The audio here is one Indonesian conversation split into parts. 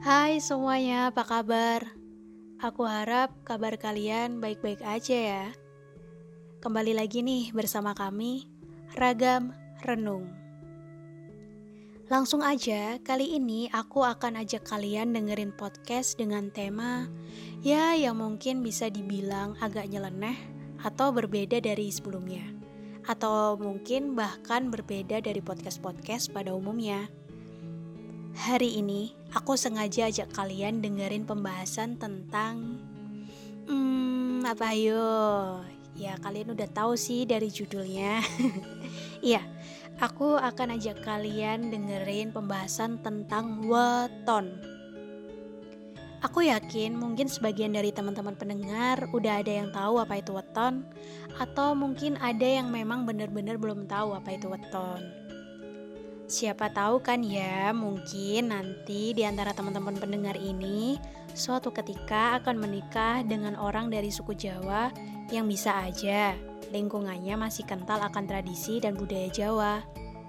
Hai semuanya, apa kabar? Aku harap kabar kalian baik-baik aja ya. Kembali lagi nih bersama kami, Ragam Renung. Langsung aja, kali ini aku akan ajak kalian dengerin podcast dengan tema yang mungkin bisa dibilang agak nyeleneh atau berbeda dari sebelumnya. Atau mungkin bahkan berbeda dari podcast-podcast pada umumnya. Hari ini, aku sengaja ajak kalian dengerin pembahasan tentang apa ayo? Ya kalian udah tahu sih dari judulnya. Iya, aku akan ajak kalian dengerin pembahasan tentang weton. Aku yakin mungkin sebagian dari teman-teman pendengar udah ada yang tahu apa itu weton, atau mungkin ada yang memang benar-benar belum tahu apa itu weton. Siapa tahu kan ya, mungkin nanti di antara teman-teman pendengar ini suatu ketika akan menikah dengan orang dari suku Jawa yang bisa aja lingkungannya masih kental akan tradisi dan budaya Jawa.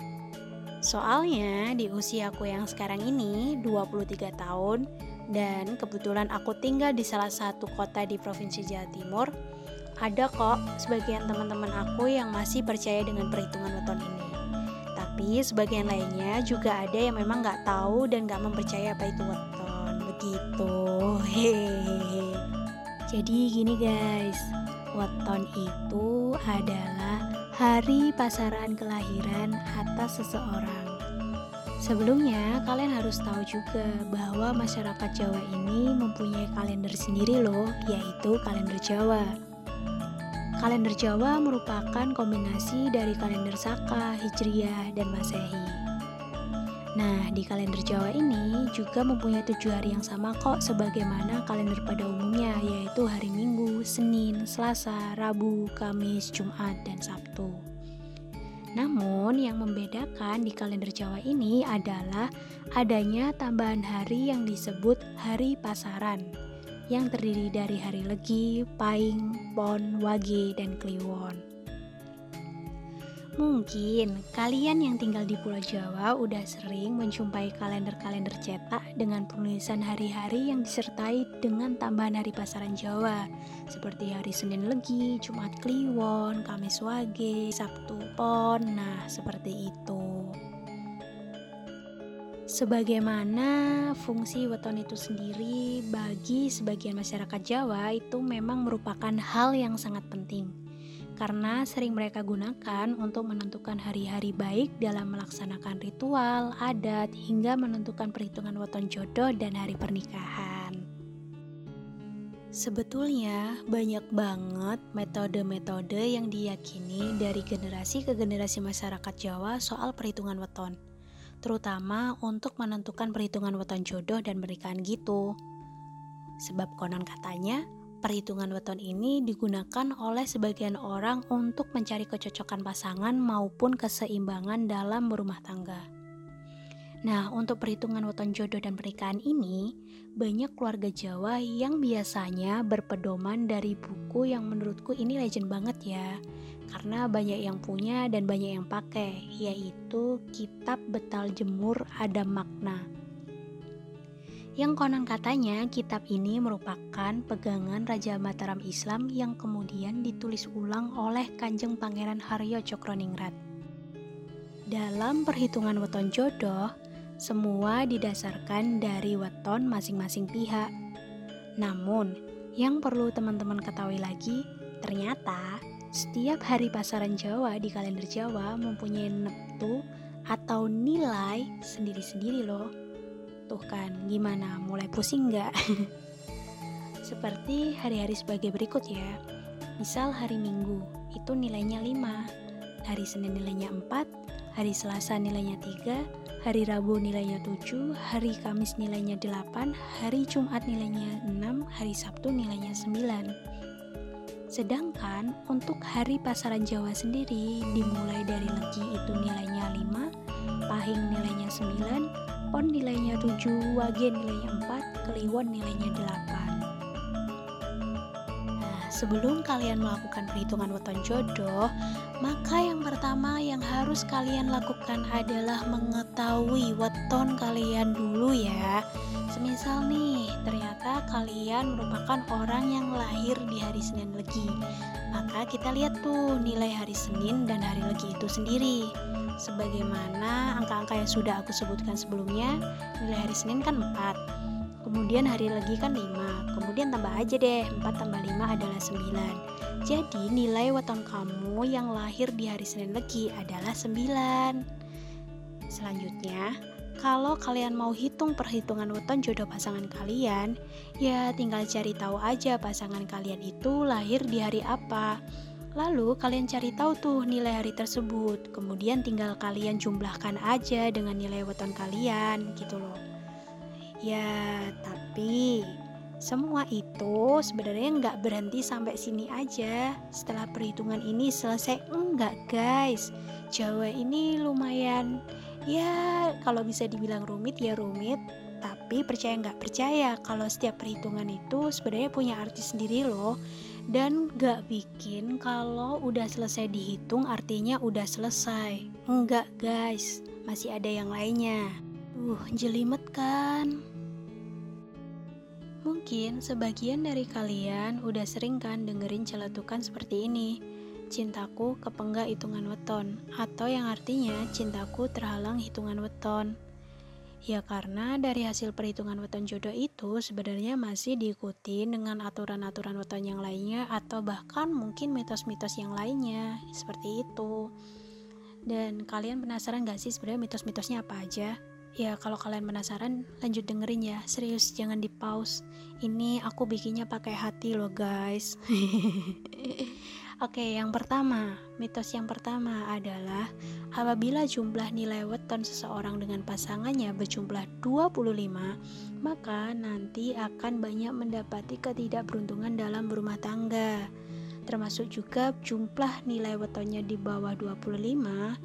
Soalnya di usiaku yang sekarang ini 23 tahun dan kebetulan aku tinggal di salah satu kota di Provinsi Jawa Timur, ada kok sebagian teman-teman aku yang masih percaya dengan perhitungan weton ini. Tapi sebagian lainnya juga ada yang memang nggak tahu dan nggak mempercaya apa itu weton. Begitu. Hehehe. Jadi gini guys, weton itu adalah hari pasaran kelahiran atas seseorang. Sebelumnya kalian harus tahu juga bahwa masyarakat Jawa ini mempunyai kalender sendiri loh, yaitu kalender Jawa. Kalender Jawa merupakan kombinasi dari kalender Saka, Hijriyah, dan Masehi. Nah, di kalender Jawa ini juga mempunyai 7 hari yang sama kok sebagaimana kalender pada umumnya, yaitu hari Minggu, Senin, Selasa, Rabu, Kamis, Jumat, dan Sabtu. Namun, yang membedakan di kalender Jawa ini adalah adanya tambahan hari yang disebut hari pasaran, yang terdiri dari hari Legi, Pahing, Pon, Wage, dan Kliwon. Mungkin kalian yang tinggal di Pulau Jawa udah sering menjumpai kalender-kalender cetak dengan penulisan hari-hari yang disertai dengan tambahan hari pasaran Jawa, seperti hari Senin Legi, Jumat Kliwon, Kamis Wage, Sabtu Pon. Nah, seperti itu. Sebagaimana fungsi weton itu sendiri bagi sebagian masyarakat Jawa itu memang merupakan hal yang sangat penting, karena sering mereka gunakan untuk menentukan hari-hari baik dalam melaksanakan ritual, adat, hingga menentukan perhitungan weton jodoh dan hari pernikahan. Sebetulnya banyak banget metode-metode yang diyakini dari generasi ke generasi masyarakat Jawa soal perhitungan weton, terutama untuk menentukan perhitungan weton jodoh dan pernikahan gitu. Sebab konon katanya, perhitungan weton ini digunakan oleh sebagian orang untuk mencari kecocokan pasangan maupun keseimbangan dalam berumah tangga. Nah, untuk perhitungan weton jodoh dan pernikahan ini, banyak keluarga Jawa yang biasanya berpedoman dari buku yang menurutku ini legend banget ya, karena banyak yang punya dan banyak yang pakai, yaitu Kitab Betal Jemur Ada Makna. Yang konon katanya kitab ini merupakan pegangan Raja Mataram Islam yang kemudian ditulis ulang oleh Kanjeng Pangeran Haryo Cokroningrat. Dalam perhitungan weton jodoh, semua didasarkan dari weton masing-masing pihak. Namun, yang perlu teman-teman ketahui lagi, ternyata setiap hari pasaran Jawa di kalender Jawa mempunyai neptu atau nilai sendiri-sendiri loh. Tuh kan, gimana? Mulai pusing nggak? Seperti hari-hari sebagai berikut ya. Misal hari Minggu, itu nilainya 5. Hari Senin nilainya 4, hari Selasa nilainya 3, hari Rabu nilainya 7, hari Kamis nilainya 8, hari Jumat nilainya 6, hari Sabtu nilainya 9. Sedangkan untuk hari pasaran Jawa sendiri dimulai dari Legi itu nilainya 5, Pahing nilainya 9, Pon nilainya 7, Wage nilainya 4, Kliwon nilainya 8. Nah, sebelum kalian melakukan perhitungan weton jodoh, Maka yang pertama yang harus kalian lakukan adalah mengetahui weton kalian dulu ya. Semisal nih, ternyata kalian merupakan orang yang lahir di hari Senin Legi. Maka kita lihat tuh nilai hari Senin dan hari Legi itu sendiri. Sebagaimana angka-angka yang sudah aku sebutkan sebelumnya, nilai hari Senin kan 4. Kemudian hari Legi kan 5. Kemudian tambah aja deh, 4 tambah 5 adalah 9. Jadi nilai weton kamu yang lahir di hari Senin Legi adalah 9. Selanjutnya, kalau kalian mau hitung perhitungan weton jodoh pasangan kalian, ya tinggal cari tahu aja pasangan kalian itu lahir di hari apa. Lalu kalian cari tahu tuh nilai hari tersebut. Kemudian tinggal kalian jumlahkan aja dengan nilai weton kalian gitu loh. Ya, tapi semua itu sebenarnya nggak berhenti sampai sini aja. Setelah perhitungan ini selesai, enggak guys. Jawa ini lumayan, ya kalau bisa dibilang rumit ya rumit. Tapi percaya nggak percaya, kalau setiap perhitungan itu sebenarnya punya arti sendiri loh. Dan nggak bikin kalau udah selesai dihitung artinya udah selesai. Enggak guys, masih ada yang lainnya. Jelimet kan? Mungkin sebagian dari kalian udah sering kan dengerin celetukan seperti ini. Cintaku kepenggak hitungan weton, atau yang artinya cintaku terhalang hitungan weton. Ya karena dari hasil perhitungan weton jodoh itu sebenarnya masih diikuti dengan aturan-aturan weton yang lainnya atau bahkan mungkin mitos-mitos yang lainnya, seperti itu. Dan kalian penasaran gak sih sebenarnya mitos-mitosnya apa aja? Ya kalau kalian penasaran lanjut dengerin ya, serius jangan di pause. Ini aku bikinnya pakai hati loh guys. Oke, yang pertama, mitos yang pertama adalah apabila jumlah nilai weton seseorang dengan pasangannya berjumlah 25, maka nanti akan banyak mendapati ketidakberuntungan dalam berumah tangga. Termasuk juga jumlah nilai wetonnya di bawah 25,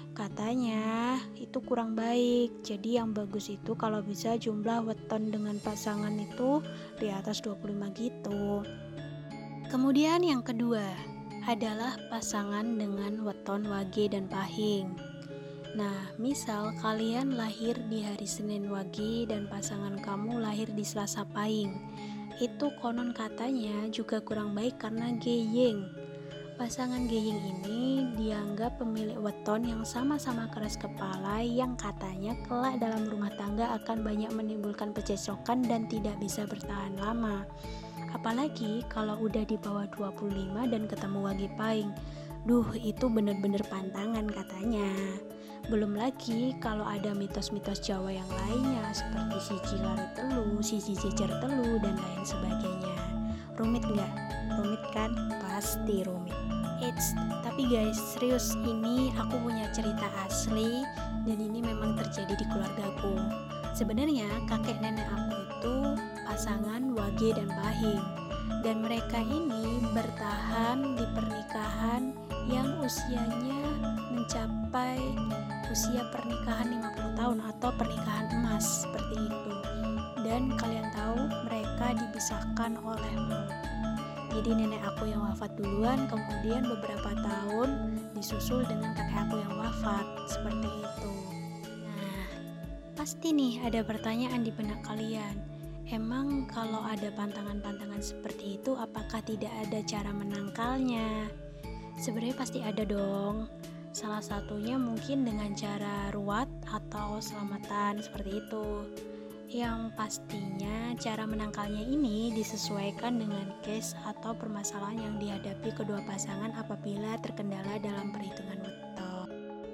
katanya itu kurang baik. Jadi yang bagus itu kalau bisa jumlah weton dengan pasangan itu di atas 25 gitu. Kemudian yang kedua adalah pasangan dengan weton Wage dan Pahing. Nah, misal kalian lahir di hari Senin Wage dan pasangan kamu lahir di Selasa Pahing. Itu konon katanya juga kurang baik karena geying. Pasangan geying ini dianggap pemilik weton yang sama-sama keras kepala yang katanya kelak dalam rumah tangga akan banyak menimbulkan percekcokan dan tidak bisa bertahan lama. Apalagi kalau udah di bawah 25 dan ketemu Wage Pahing. Itu bener-bener pantangan katanya. Belum lagi kalau ada mitos-mitos Jawa yang lainnya seperti siji lare telu, siji jejer telu, dan lain sebagainya. Rumit nggak? Rumit kan? Pasti rumit. Tapi guys, serius ini aku punya cerita asli dan ini memang terjadi di keluargaku. Sebenarnya kakek nenek aku itu pasangan Wage dan Pahing, dan mereka ini bertahan di pernikahan yang usianya mencapai usia pernikahan 50 tahun atau pernikahan emas seperti itu. Dan kalian tahu mereka dipisahkan oleh maut. Jadi nenek aku yang wafat duluan, kemudian beberapa tahun disusul dengan kakek aku yang wafat, seperti itu. Nah, pasti nih ada pertanyaan di benak kalian. Emang kalau ada pantangan-pantangan seperti itu, apakah tidak ada cara menangkalnya? Sebenarnya pasti ada dong. Salah satunya mungkin dengan cara ruat atau selamatan seperti itu. Yang pastinya cara menangkalnya ini disesuaikan dengan case atau permasalahan yang dihadapi kedua pasangan apabila terkendala dalam perhitungan weton.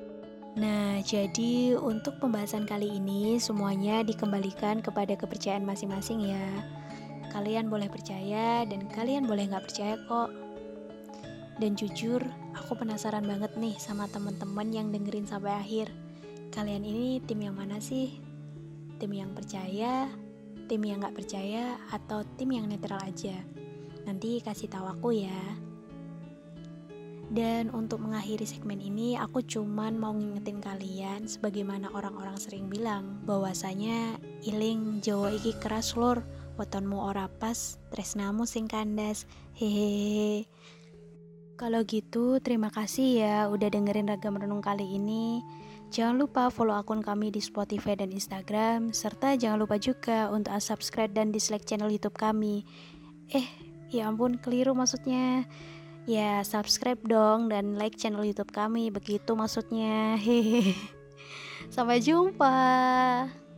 Nah, jadi untuk pembahasan kali ini semuanya dikembalikan kepada kepercayaan masing-masing ya. Kalian boleh percaya dan kalian boleh nggak percaya kok. Dan jujur, aku penasaran banget nih sama teman-teman yang dengerin sampai akhir. Kalian ini tim yang mana sih? Tim yang percaya, tim yang gak percaya, atau tim yang netral aja? Nanti kasih tahu aku ya. Dan untuk mengakhiri segmen ini, aku cuman mau ngingetin kalian sebagaimana orang-orang sering bilang bahwasanya iling Jawa iki keras lur, wetonmu ora pas, tresnamu sing kandas. Hehehe. Kalau gitu, terima kasih ya udah dengerin Ragam Renung kali ini. Jangan lupa follow akun kami di Spotify dan Instagram, serta jangan lupa juga untuk subscribe dan dislike channel YouTube kami. Ya ampun, keliru maksudnya. Ya, subscribe dong dan like channel YouTube kami, begitu maksudnya. Hehehe. Sampai jumpa.